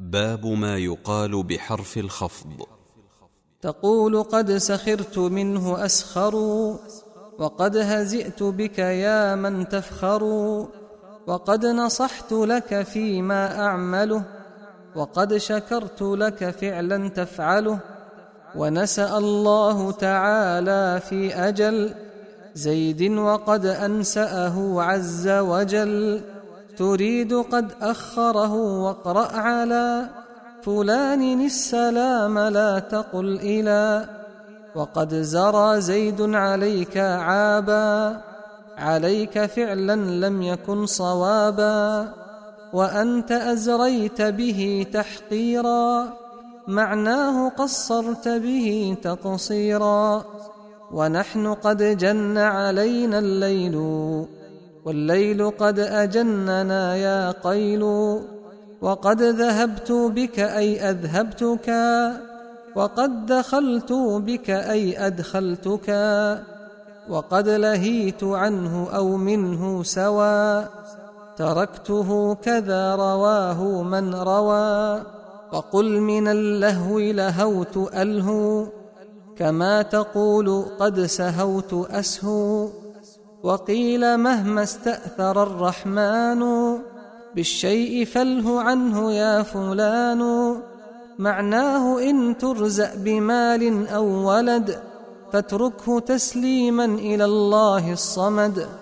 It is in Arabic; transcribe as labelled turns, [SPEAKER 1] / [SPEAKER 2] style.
[SPEAKER 1] باب ما يقال بحرف الخفض.
[SPEAKER 2] تقول قد سخرت منه أسخر، وقد هزئت بك يا من تفخر، وقد نصحت لك فيما أعمله، وقد شكرت لك فعلا تفعله. ونسأ الله تعالى في أجل زيد وقد أنسأه عز وجل. تريد قد أخره واقرأ على فلان السلام لا تقل إلى. وقد زرى زيد عليك عابا، عليك فعلا لم يكن صوابا. وأنت أزريت به تحقيرا، معناه قصرت به تقصيرا. ونحن قد جن علينا الليل، والليل قد أجننا يا قيل. وقد ذهبت بك أي أذهبتك، وقد دخلت بك أي أدخلتك. وقد لهيت عنه أو منه سوى، تركته كذا رواه من روى. وقل من اللهو لهوت ألهو، كما تقول قد سهوت أسهو. وقيل مهما استأثر الرحمن بالشيء فله عنه يا فلان. معناه إن ترزق بمال أو ولد، فاتركه تسليما إلى الله الصمد.